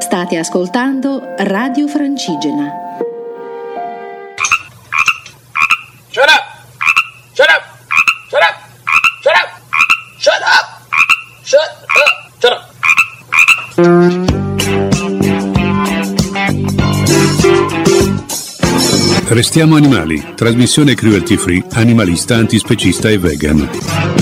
State ascoltando Radio Francigena. Shut up! Shut up! Shut up! Shut up! Shut up! Shut up! Shut up! Restiamo animali, trasmissione cruelty free, animalista, antispecista e vegan.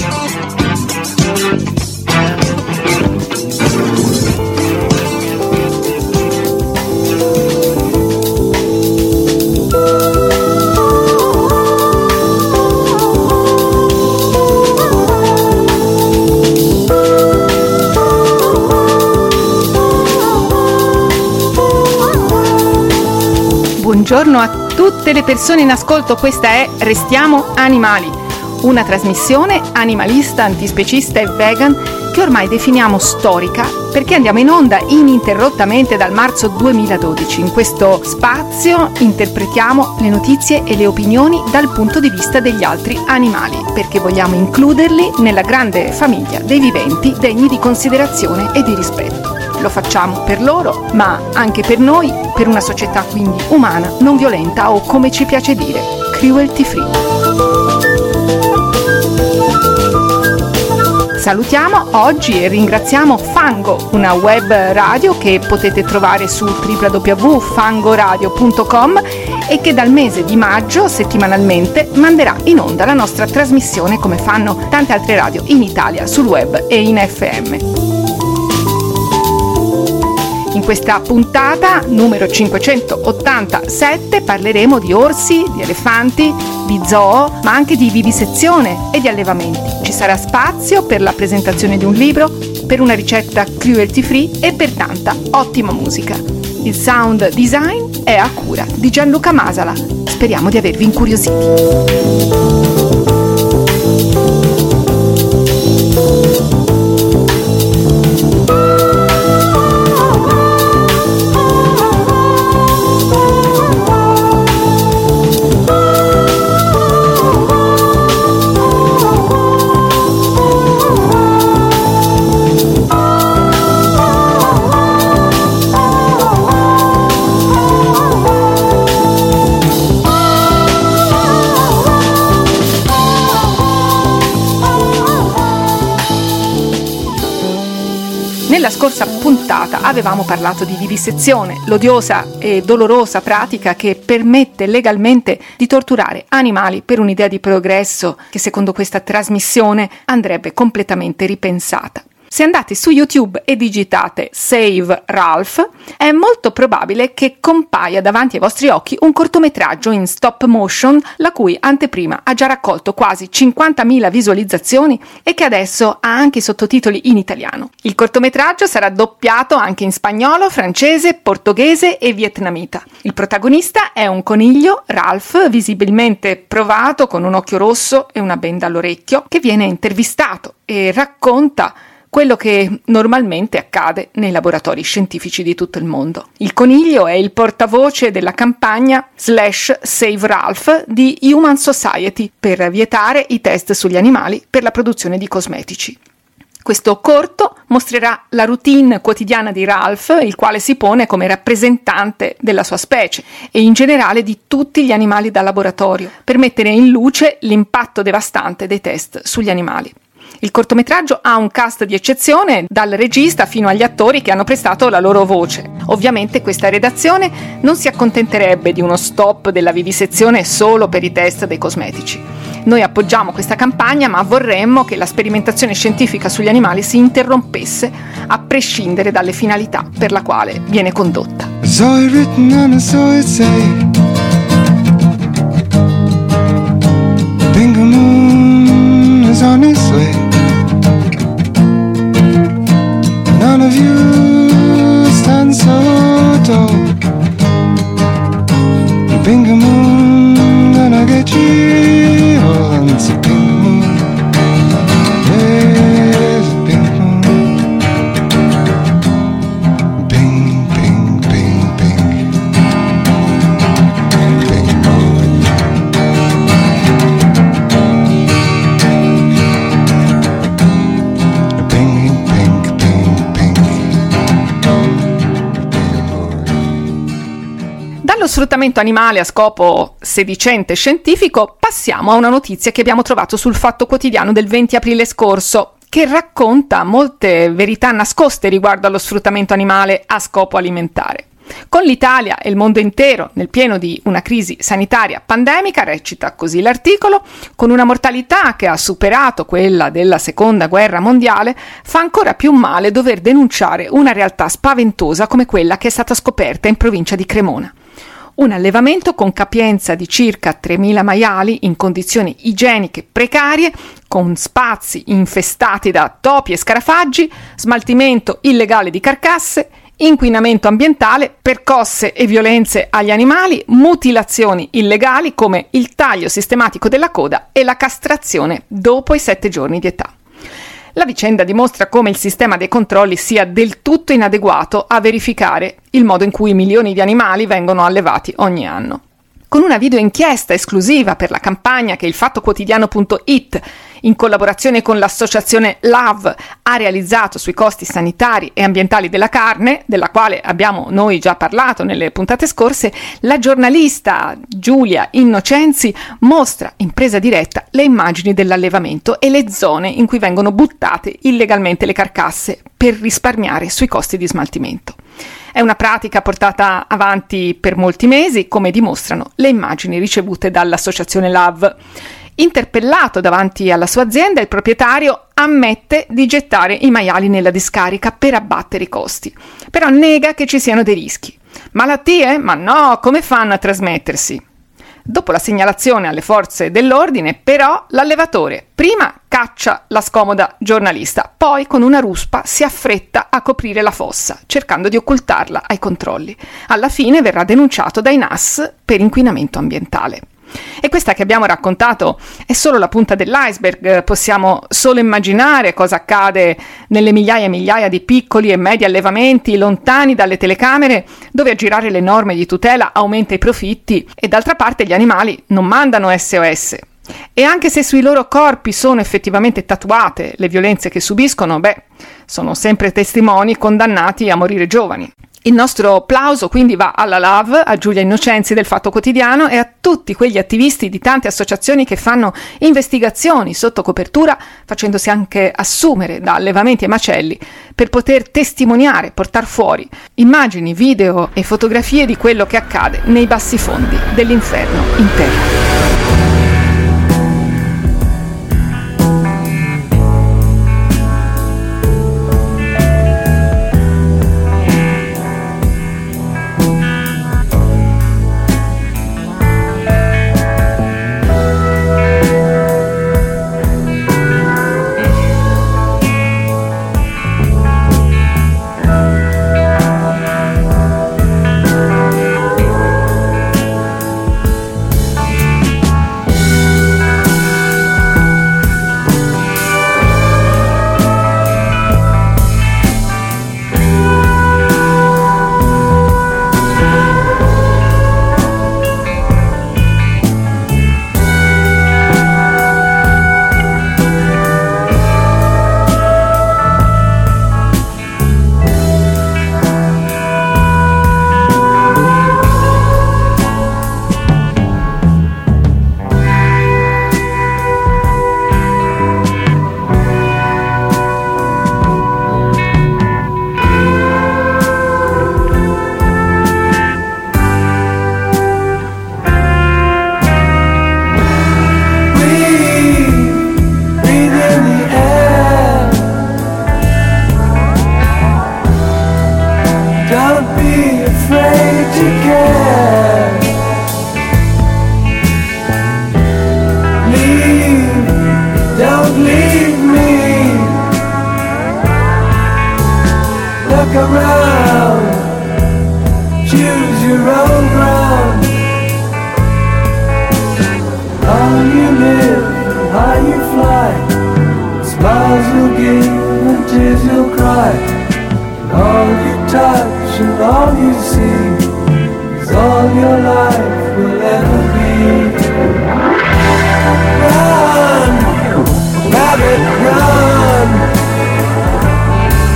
Buongiorno a tutte le persone in ascolto, questa è Restiamo Animali, una trasmissione animalista, antispecista e vegan che ormai definiamo storica perché andiamo in onda ininterrottamente dal marzo 2012. In questo spazio interpretiamo le notizie e le opinioni dal punto di vista degli altri animali, perché vogliamo includerli nella grande famiglia dei viventi degni di considerazione e di rispetto. Lo facciamo per loro, ma anche per noi, per una società quindi umana, non violenta o, come ci piace dire, cruelty free. Salutiamo oggi e ringraziamo Fango, una web radio che potete trovare su www.fangoradio.com e che dal mese di maggio settimanalmente manderà in onda la nostra trasmissione come fanno tante altre radio in Italia sul web e in FM. In questa puntata numero 587 parleremo di orsi, di elefanti, di zoo, ma anche di vivisezione e di allevamenti. Ci sarà spazio per la presentazione di un libro, per una ricetta cruelty free e per tanta ottima musica. Il sound design è a cura di Gianluca Masala. Speriamo di avervi incuriositi. Nella scorsa puntata avevamo parlato di vivisezione, l'odiosa e dolorosa pratica che permette legalmente di torturare animali per un'idea di progresso che secondo questa trasmissione andrebbe completamente ripensata. Se andate su YouTube e digitate Save Ralph, è molto probabile che compaia davanti ai vostri occhi un cortometraggio in stop motion la cui anteprima ha già raccolto quasi 50.000 visualizzazioni e che adesso ha anche i sottotitoli in italiano. Il cortometraggio sarà doppiato anche in spagnolo, francese, portoghese e vietnamita. Il protagonista è un coniglio, Ralph, visibilmente provato con un occhio rosso e una benda all'orecchio, che viene intervistato e racconta quello che normalmente accade nei laboratori scientifici di tutto il mondo. Il coniglio è il portavoce della campagna /Save Ralph di Human Society per vietare i test sugli animali per la produzione di cosmetici. Questo corto mostrerà la routine quotidiana di Ralph, il quale si pone come rappresentante della sua specie e in generale di tutti gli animali da laboratorio, per mettere in luce l'impatto devastante dei test sugli animali. Il cortometraggio ha un cast di eccezione, dal regista fino agli attori che hanno prestato la loro voce. Ovviamente questa redazione non si accontenterebbe di uno stop della vivisezione solo per i test dei cosmetici. Noi appoggiamo questa campagna, ma vorremmo che la sperimentazione scientifica sugli animali si interrompesse a prescindere dalle finalità per la quale viene condotta. So it written and so it say. Bingo moon is on its way. None of you stand so tall. Bingo moon, gonna get you all. It's a pink moon. Yes, pink moon. Pink, pink, pink, pink. Pink moon. Pink, pink, pink, pink. Dallo sfruttamento animale a scopo sedicente scientifico passiamo a una notizia che abbiamo trovato sul Fatto Quotidiano del 20 aprile scorso, che racconta molte verità nascoste riguardo allo sfruttamento animale a scopo alimentare. Con l'Italia e il mondo intero nel pieno di una crisi sanitaria pandemica, recita così l'articolo, con una mortalità che ha superato quella della Seconda Guerra Mondiale, fa ancora più male dover denunciare una realtà spaventosa come quella che è stata scoperta in provincia di Cremona. Un allevamento con capienza di circa 3.000 maiali in condizioni igieniche precarie, con spazi infestati da topi e scarafaggi, smaltimento illegale di carcasse, inquinamento ambientale, percosse e violenze agli animali, mutilazioni illegali come il taglio sistematico della coda e la castrazione dopo i 7 giorni di età. La vicenda dimostra come il sistema dei controlli sia del tutto inadeguato a verificare il modo in cui milioni di animali vengono allevati ogni anno. Con una video inchiesta esclusiva per la campagna che il fattoquotidiano.it, in collaborazione con l'associazione LAV, ha realizzato sui costi sanitari e ambientali della carne, della quale abbiamo noi già parlato nelle puntate scorse, la giornalista Giulia Innocenzi mostra in presa diretta le immagini dell'allevamento e le zone in cui vengono buttate illegalmente le carcasse per risparmiare sui costi di smaltimento. È una pratica portata avanti per molti mesi, come dimostrano le immagini ricevute dall'associazione LAV. Interpellato davanti alla sua azienda, il proprietario ammette di gettare i maiali nella discarica per abbattere i costi, però nega che ci siano dei rischi. Malattie? Ma no, come fanno a trasmettersi? Dopo la segnalazione alle forze dell'ordine, però, l'allevatore prima caccia la scomoda giornalista, poi con una ruspa si affretta a coprire la fossa, cercando di occultarla ai controlli. Alla fine verrà denunciato dai NAS per inquinamento ambientale. E questa che abbiamo raccontato è solo la punta dell'iceberg. Possiamo solo immaginare cosa accade nelle migliaia e migliaia di piccoli e medi allevamenti lontani dalle telecamere, dove aggirare le norme di tutela aumenta i profitti e d'altra parte gli animali non mandano SOS. E anche se sui loro corpi sono effettivamente tatuate le violenze che subiscono, sono sempre testimoni condannati a morire giovani. Il nostro plauso quindi va alla LAV, a Giulia Innocenzi del Fatto Quotidiano e a tutti quegli attivisti di tante associazioni che fanno investigazioni sotto copertura, facendosi anche assumere da allevamenti e macelli per poter testimoniare, portar fuori immagini, video e fotografie di quello che accade nei bassi fondi dell'inferno in terra.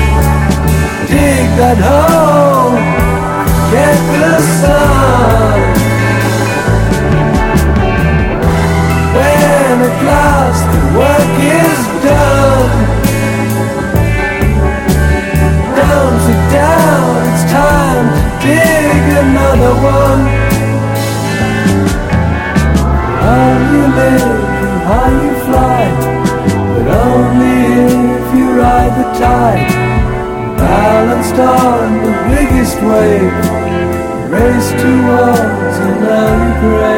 That hole, get the sun. last the work is done. Down to down, it's time to dig another one. How you live and how you fly, but only if you ride the tide. Balanced on the biggest wave, race towards an early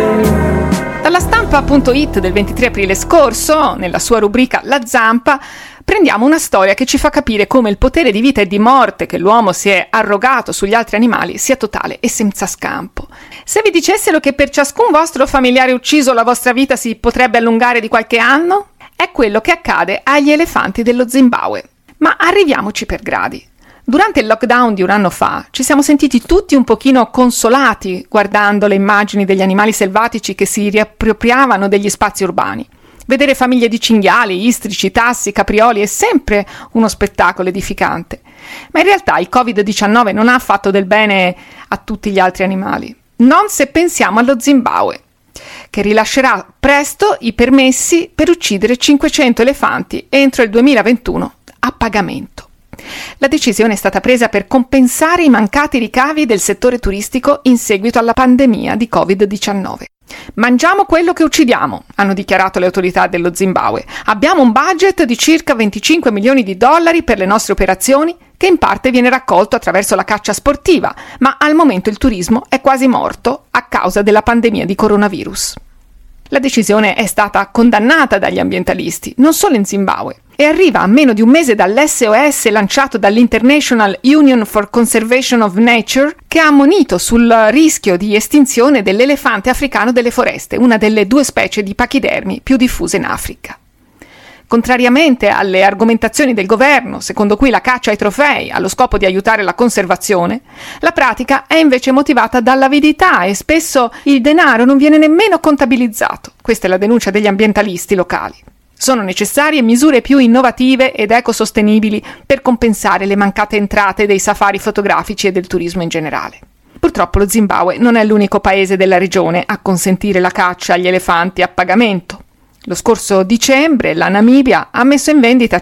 grave. Dalla stampa.it del 23 aprile scorso, nella sua rubrica La Zampa, prendiamo una storia che ci fa capire come il potere di vita e di morte che l'uomo si è arrogato sugli altri animali sia totale e senza scampo. Se vi dicessero che per ciascun vostro familiare ucciso la vostra vita si potrebbe allungare di qualche anno? È quello che accade agli elefanti dello Zimbabwe. Ma arriviamoci per gradi. Durante il lockdown di un anno fa ci siamo sentiti tutti un pochino consolati guardando le immagini degli animali selvatici che si riappropriavano degli spazi urbani. Vedere famiglie di cinghiali, istrici, tassi, caprioli è sempre uno spettacolo edificante. Ma in realtà il Covid-19 non ha fatto del bene a tutti gli altri animali. Non se pensiamo allo Zimbabwe, che rilascerà presto i permessi per uccidere 500 elefanti entro il 2021 a pagamento. La decisione è stata presa per compensare i mancati ricavi del settore turistico in seguito alla pandemia di Covid-19. Mangiamo quello che uccidiamo, hanno dichiarato le autorità dello Zimbabwe. Abbiamo un budget di circa 25 milioni di dollari per le nostre operazioni, che in parte viene raccolto attraverso la caccia sportiva, ma al momento il turismo è quasi morto a causa della pandemia di coronavirus. La decisione è stata condannata dagli ambientalisti, non solo in Zimbabwe, e arriva a meno di un mese dall'SOS lanciato dall'International Union for Conservation of Nature, che ha ammonito sul rischio di estinzione dell'elefante africano delle foreste, una delle 2 specie di pachidermi più diffuse in Africa. Contrariamente alle argomentazioni del governo, secondo cui la caccia ai trofei ha lo scopo di aiutare la conservazione, la pratica è invece motivata dall'avidità e spesso il denaro non viene nemmeno contabilizzato. Questa è la denuncia degli ambientalisti locali. Sono necessarie misure più innovative ed ecosostenibili per compensare le mancate entrate dei safari fotografici e del turismo in generale. Purtroppo lo Zimbabwe non è l'unico paese della regione a consentire la caccia agli elefanti a pagamento. Lo scorso dicembre la Namibia ha messo in vendita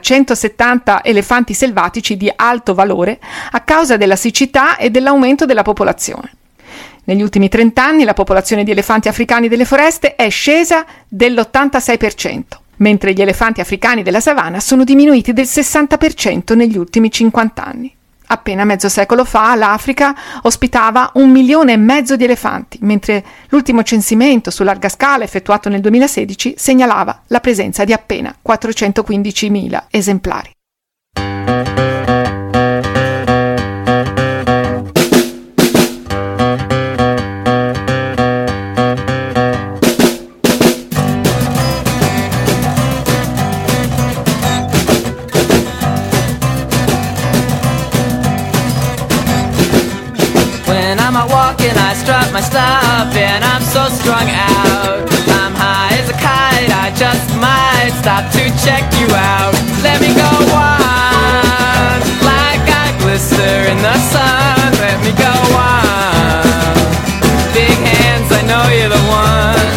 170 elefanti selvatici di alto valore a causa della siccità e dell'aumento della popolazione. Negli ultimi 30 anni la popolazione di elefanti africani delle foreste è scesa dell'86%, mentre gli elefanti africani della savana sono diminuiti del 60% negli ultimi 50 anni. Appena mezzo secolo fa l'Africa ospitava 1,5 milioni di elefanti, mentre l'ultimo censimento su larga scala effettuato nel 2016 segnalava la presenza di appena 415.000 esemplari. I strut my stuff and I'm so strung out. I'm high as a kite, I just might stop to check you out. Let me go on, like I glister in the sun. Let me go on, big hands, I know you're the one.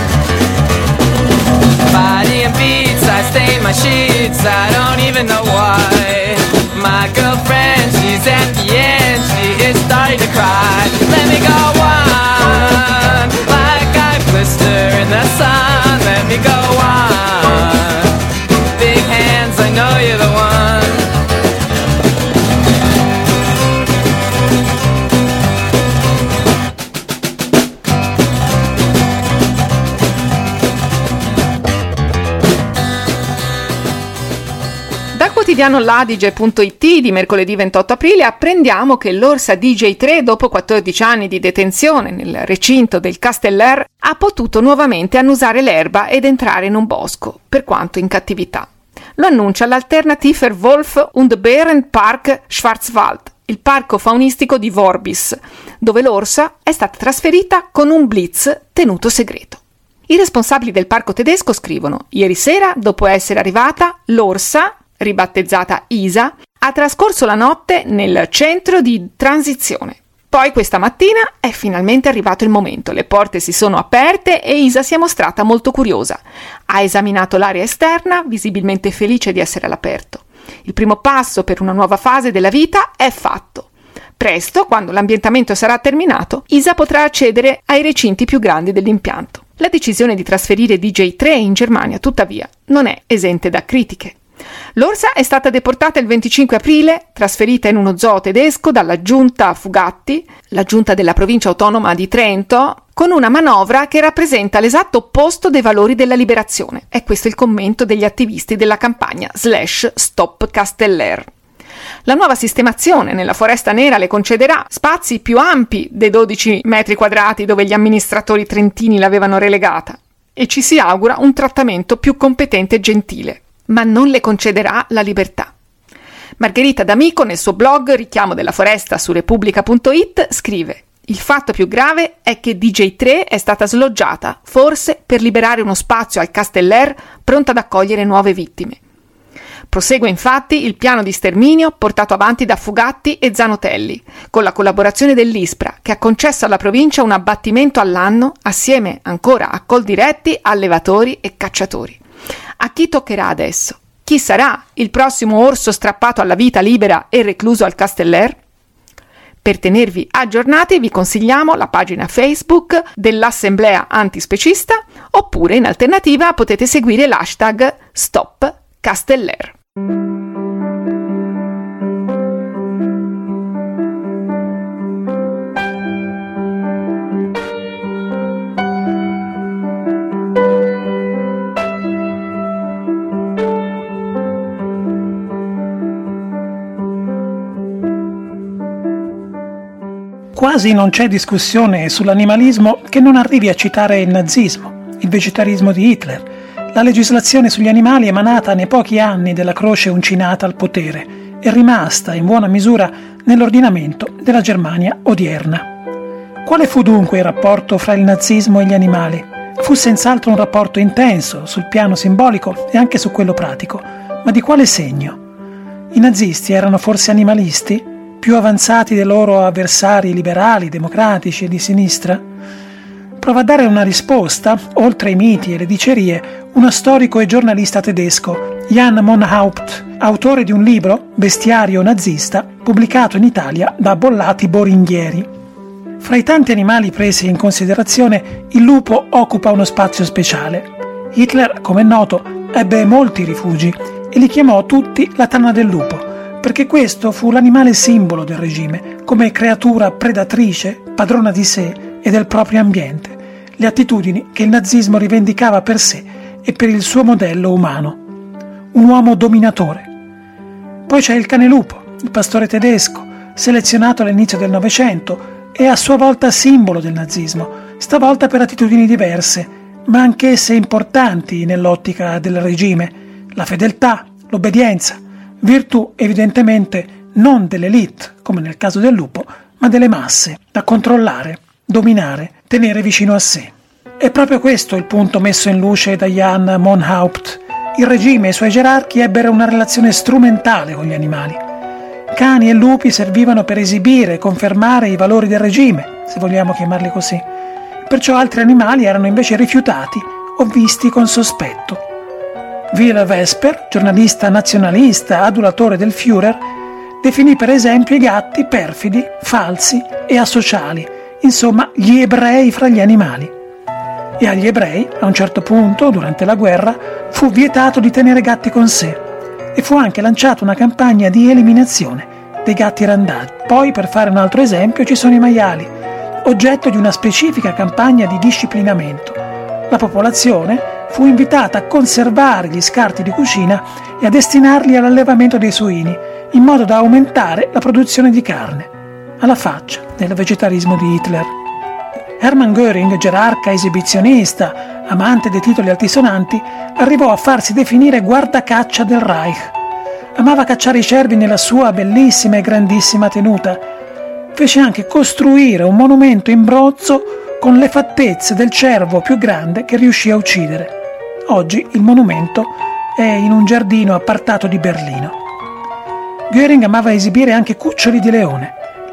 Body and beats, I stain my sheets, I don't even know why. My girlfriend, she's at the end, she is starting to cry. Let me go on, like I blister in the sun. Let me go on, big hands, I know you're the one. Quotidiano l'Adige.it di mercoledì 28 aprile apprendiamo che l'orsa DJ3, dopo 14 anni di detenzione nel recinto del Casteller, ha potuto nuovamente annusare l'erba ed entrare in un bosco, per quanto in cattività. Lo annuncia l'Alternativer Wolf- und Bärenpark Schwarzwald, il parco faunistico di Vorbis, dove l'orsa è stata trasferita con un blitz tenuto segreto. I responsabili del parco tedesco scrivono: ieri sera, dopo essere arrivata, l'orsa, ribattezzata Isa, ha trascorso la notte nel centro di transizione. Poi questa mattina è finalmente arrivato il momento, le porte si sono aperte e Isa si è mostrata molto curiosa. Ha esaminato l'aria esterna, visibilmente felice di essere all'aperto. Il primo passo per una nuova fase della vita è fatto. Presto, quando l'ambientamento sarà terminato, Isa potrà accedere ai recinti più grandi dell'impianto. La decisione di trasferire DJ3 in Germania, tuttavia, non è esente da critiche. L'orsa è stata deportata il 25 aprile, trasferita in uno zoo tedesco dalla giunta Fugatti, la giunta della provincia autonoma di Trento, con una manovra che rappresenta l'esatto opposto dei valori della liberazione. È questo il commento degli attivisti della campagna /Stop Casteller. La nuova sistemazione nella Foresta Nera le concederà spazi più ampi dei 12 metri quadrati dove gli amministratori trentini l'avevano relegata e ci si augura un trattamento più competente e gentile. Ma non le concederà la libertà. Margherita D'Amico nel suo blog Richiamo della Foresta su Repubblica.it scrive: il fatto più grave è che DJ3 è stata sloggiata, forse per liberare uno spazio al Casteller pronto ad accogliere nuove vittime. Prosegue infatti il piano di sterminio portato avanti da Fugatti e Zanotelli, con la collaborazione dell'ISPRA, che ha concesso alla provincia un abbattimento all'anno assieme ancora a Coldiretti, allevatori e cacciatori. A chi toccherà adesso? Chi sarà il prossimo orso strappato alla vita libera e recluso al Casteller? Per tenervi aggiornati vi consigliamo la pagina Facebook dell'Assemblea Antispecista oppure in alternativa potete seguire l'hashtag Stop Casteller. Quasi non c'è discussione sull'animalismo che non arrivi a citare il nazismo, il vegetarismo di Hitler, la legislazione sugli animali emanata nei pochi anni della croce uncinata al potere e rimasta in buona misura nell'ordinamento della Germania odierna. Quale fu dunque il rapporto fra il nazismo e gli animali? Fu senz'altro un rapporto intenso sul piano simbolico e anche su quello pratico, ma di quale segno? I nazisti erano forse animalisti? Più avanzati dei loro avversari liberali, democratici e di sinistra? Prova a dare una risposta, oltre ai miti e le dicerie, uno storico e giornalista tedesco, Jan Monhaupt, autore di un libro, Bestiario nazista, pubblicato in Italia da Bollati Boringhieri. Fra i tanti animali presi in considerazione, il lupo occupa uno spazio speciale. Hitler, come è noto, ebbe molti rifugi e li chiamò tutti la tana del lupo, perché questo fu l'animale simbolo del regime, come creatura predatrice, padrona di sé e del proprio ambiente, le attitudini che il nazismo rivendicava per sé e per il suo modello umano. Un uomo dominatore. Poi c'è il cane lupo, il pastore tedesco, selezionato all'inizio del Novecento e a sua volta simbolo del nazismo, stavolta per attitudini diverse, ma anch'esse importanti nell'ottica del regime, la fedeltà, l'obbedienza, virtù evidentemente non dell'elite, come nel caso del lupo, ma delle masse, da controllare, dominare, tenere vicino a sé. È proprio questo il punto messo in luce da Jan Monhaupt. Il regime e i suoi gerarchi ebbero una relazione strumentale con gli animali. Cani e lupi servivano per esibire e confermare i valori del regime, se vogliamo chiamarli così. Perciò altri animali erano invece rifiutati o visti con sospetto. Will Vesper, giornalista nazionalista, adulatore del Führer, definì per esempio i gatti perfidi, falsi e asociali, insomma gli ebrei fra gli animali. E agli ebrei, a un certo punto, durante la guerra, fu vietato di tenere gatti con sé e fu anche lanciata una campagna di eliminazione dei gatti randagi. Poi, per fare un altro esempio, ci sono i maiali, oggetto di una specifica campagna di disciplinamento. La popolazione fu invitata a conservare gli scarti di cucina e a destinarli all'allevamento dei suini, in modo da aumentare la produzione di carne, alla faccia del vegetarismo di Hitler. Hermann Göring, gerarca esibizionista, amante dei titoli altisonanti, arrivò a farsi definire guardacaccia del Reich. Amava cacciare i cervi nella sua bellissima e grandissima tenuta. Fece anche costruire un monumento in bronzo con le fattezze del cervo più grande che riuscì a uccidere. Oggi il monumento è in un giardino appartato di Berlino. Göring amava esibire anche cuccioli di leone.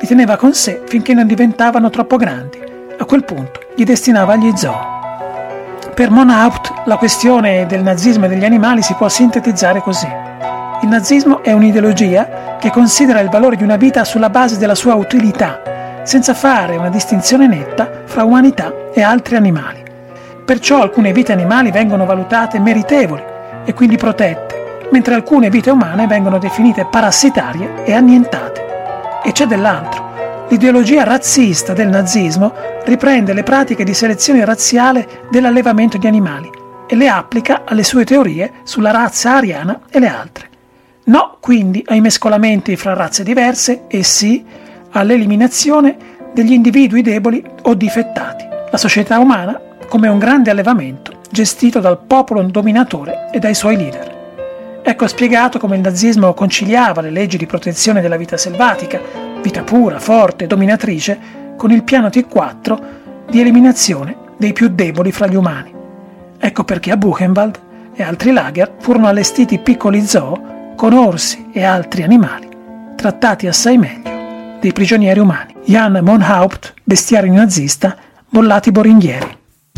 li teneva con sé finché non diventavano troppo grandi. A quel punto li destinava agli zoo. Per von Haupt la questione del nazismo e degli animali si può sintetizzare così. Il nazismo è un'ideologia che considera il valore di una vita sulla base della sua utilità, senza fare una distinzione netta fra umanità e altri animali. Perciò alcune vite animali vengono valutate meritevoli e quindi protette, mentre alcune vite umane vengono definite parassitarie e annientate. E c'è dell'altro. L'ideologia razzista del nazismo riprende le pratiche di selezione razziale dell'allevamento di animali e le applica alle sue teorie sulla razza ariana e le altre. No, quindi, ai mescolamenti fra razze diverse e sì all'eliminazione degli individui deboli o difettati. La società umana come un grande allevamento gestito dal popolo dominatore e dai suoi leader. Ecco spiegato come il nazismo conciliava le leggi di protezione della vita selvatica, vita pura, forte, dominatrice, con il piano T4 di eliminazione dei più deboli fra gli umani. Ecco perché a Buchenwald e altri lager furono allestiti piccoli zoo con orsi e altri animali, trattati assai meglio dei prigionieri umani. Jan von Haupt, bestiario nazista, bollati boringhieri.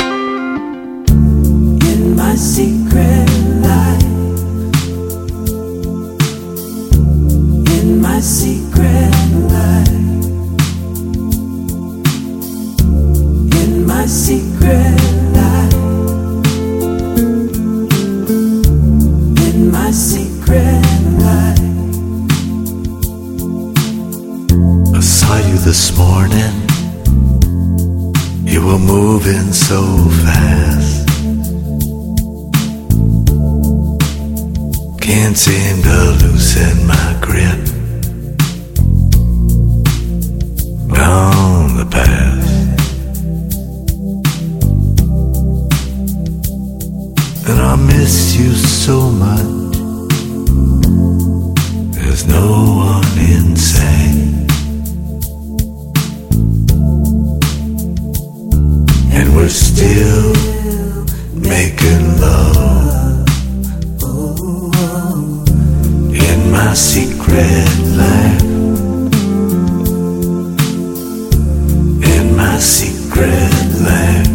In my secret life, in my secret life, in my secret life, in my secret life. I saw you this morning, you were moving so fast. Can't seem to loosen my grip on the past. And I miss you so much. There's no one insane, and we're still making love in my secret life, in my secret life.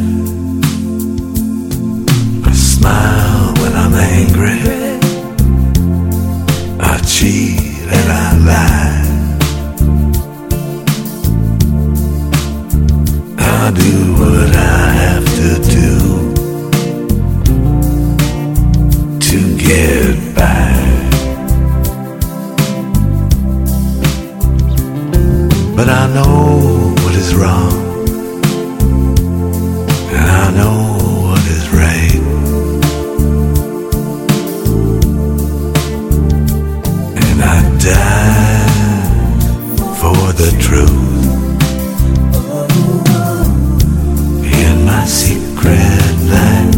I smile when I'm angry, I cheat and I lie, I do what I have to do to get by. But I know what is wrong, and I know what is right, and I die for the truth in my secret life,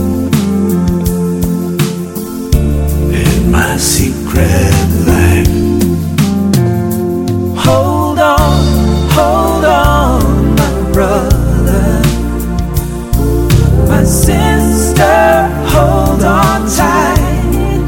in my secret life. Hold on, my brother, my sister, hold on tight.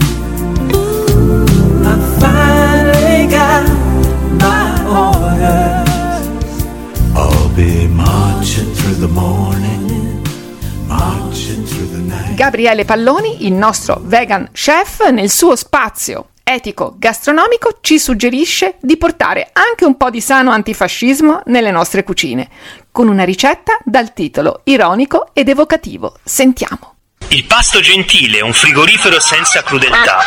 I finally got my orders. I'll be marching through the morning, marching through the night. Gabriele Palloni, il nostro vegan chef, nel suo spazio etico gastronomico ci suggerisce di portare anche un po' di sano antifascismo nelle nostre cucine, con una ricetta dal titolo ironico ed evocativo. Sentiamo. Il pasto gentile, un frigorifero senza crudeltà.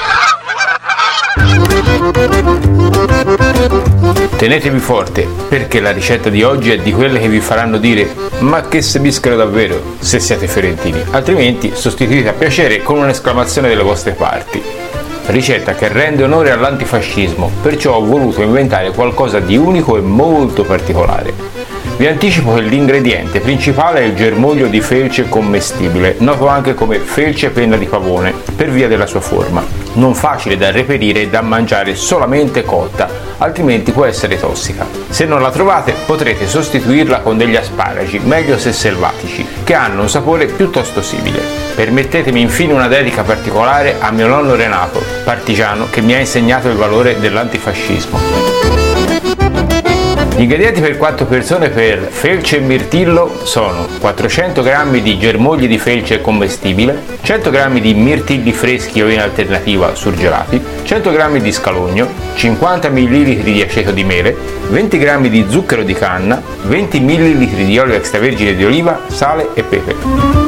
Tenetevi forte, perché la ricetta di oggi è di quelle che vi faranno dire ma che se bischero davvero, se siete fiorentini, altrimenti sostituite a piacere con un'esclamazione delle vostre parti. Ricetta che rende onore all'antifascismo, perciò ho voluto inventare qualcosa di unico e molto particolare. Vi anticipo che l'ingrediente principale è il germoglio di felce commestibile, noto anche come felce penna di pavone, per via della sua forma. Non facile da reperire e da mangiare solamente cotta, altrimenti può essere tossica. Se non la trovate potrete sostituirla con degli asparagi, meglio se selvatici, che hanno un sapore piuttosto simile. Permettetemi infine una dedica particolare a mio nonno Renato, partigiano che mi ha insegnato il valore dell'antifascismo. Gli ingredienti per 4 persone per felce e mirtillo sono 400 g di germogli di felce commestibile, 100 g di mirtilli freschi o in alternativa surgelati, 100 g di scalogno, 50 ml di aceto di mele, 20 g di zucchero di canna, 20 ml di olio extravergine di oliva, sale e pepe.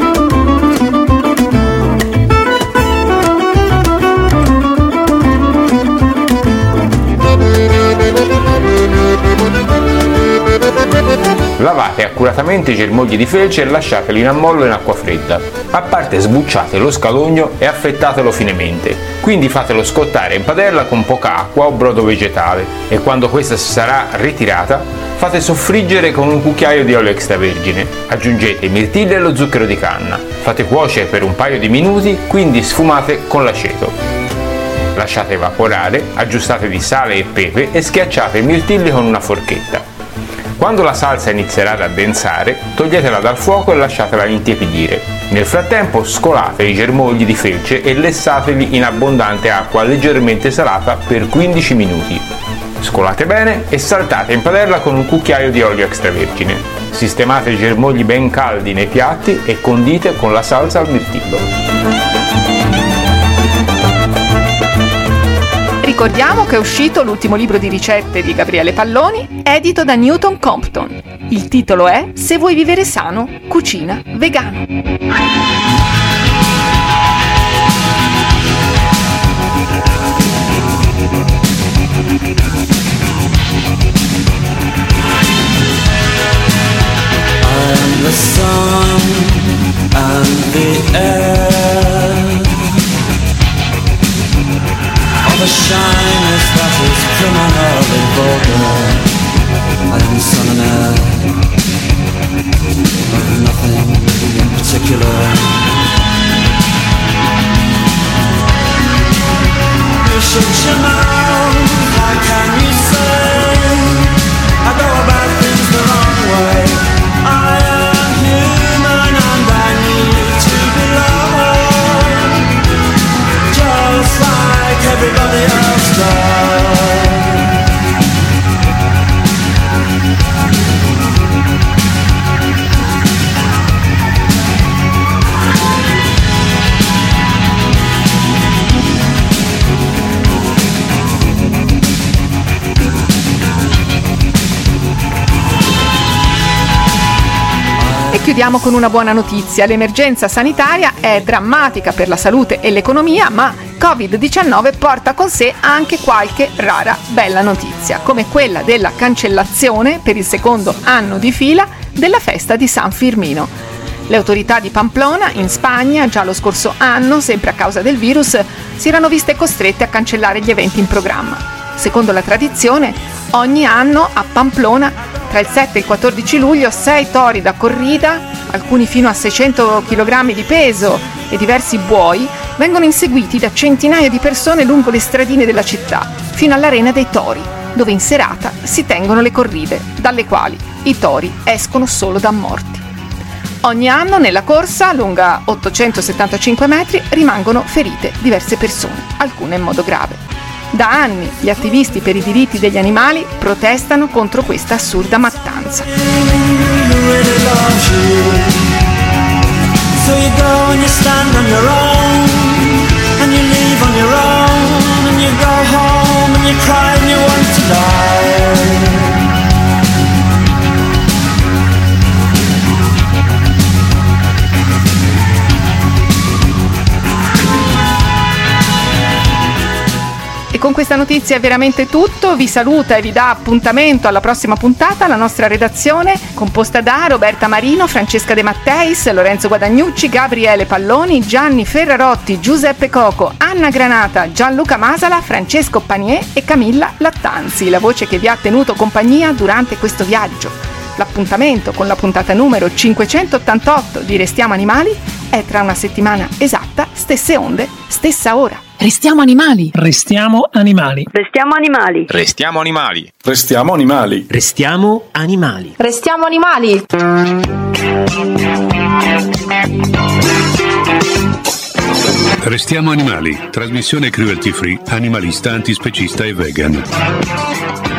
Lavate accuratamente i germogli di felce e lasciateli in ammollo in acqua fredda. A parte sbucciate lo scalogno e affettatelo finemente, quindi fatelo scottare in padella con poca acqua o brodo vegetale e quando questa sarà ritirata fate soffriggere con un cucchiaio di olio extravergine. Aggiungete i mirtilli e lo zucchero di canna. Fate cuocere per un paio di minuti, quindi sfumate con l'aceto. Lasciate evaporare, aggiustate di sale e pepe e schiacciate i mirtilli con una forchetta. Quando la salsa inizierà ad addensare, toglietela dal fuoco e lasciatela intiepidire. Nel frattempo scolate i germogli di felce e lessateli in abbondante acqua leggermente salata per 15 minuti. Scolate bene e saltate in padella con un cucchiaio di olio extravergine. Sistemate i germogli ben caldi nei piatti e condite con la salsa al mirtillo. Ricordiamo che è uscito l'ultimo libro di ricette di Gabriele Palloni, edito da Newton Compton. Il titolo è Se vuoi vivere sano, cucina vegano. I'm the sun and the air of a shyness that is criminally vulgar. I am sun and air of nothing in particular. You shut your mouth, how can you say I go about things the wrong way? I am human and I need to be loved, just like everybody else does. Chiudiamo con una buona notizia. L'emergenza sanitaria è drammatica per la salute e l'economia, ma Covid-19 porta con sé anche qualche rara bella notizia, come quella della cancellazione per il secondo anno di fila della festa di San Firmino. Le autorità di Pamplona, in Spagna, già lo scorso anno, sempre a causa del virus, si erano viste costrette a cancellare gli eventi in programma. Secondo la tradizione, ogni anno a Pamplona tra il 7 e il 14 luglio 6 tori da corrida, alcuni fino a 600 kg di peso e diversi buoi, vengono inseguiti da centinaia di persone lungo le stradine della città, fino all'Arena dei Tori, dove in serata si tengono le corride, dalle quali i tori escono solo da morti. Ogni anno nella corsa, lunga 875 metri, rimangono ferite diverse persone, alcune in modo grave. Da anni gli attivisti per i diritti degli animali protestano contro questa assurda mattanza. Con questa notizia è veramente tutto, vi saluta e vi dà appuntamento alla prossima puntata la nostra redazione composta da Roberta Marino, Francesca De Matteis, Lorenzo Guadagnucci, Gabriele Palloni, Gianni Ferrarotti, Giuseppe Coco, Anna Granata, Gianluca Masala, Francesco Panier e Camilla Lattanzi, la voce che vi ha tenuto compagnia durante questo viaggio. L'appuntamento con la puntata numero 588 di Restiamo Animali è tra una settimana esatta, stesse onde, stessa ora. Restiamo animali. Restiamo animali. Restiamo animali. Restiamo animali. Restiamo animali. Restiamo animali. Restiamo animali. Restiamo animali. Trasmissione cruelty free, animalista, antispecista e vegan.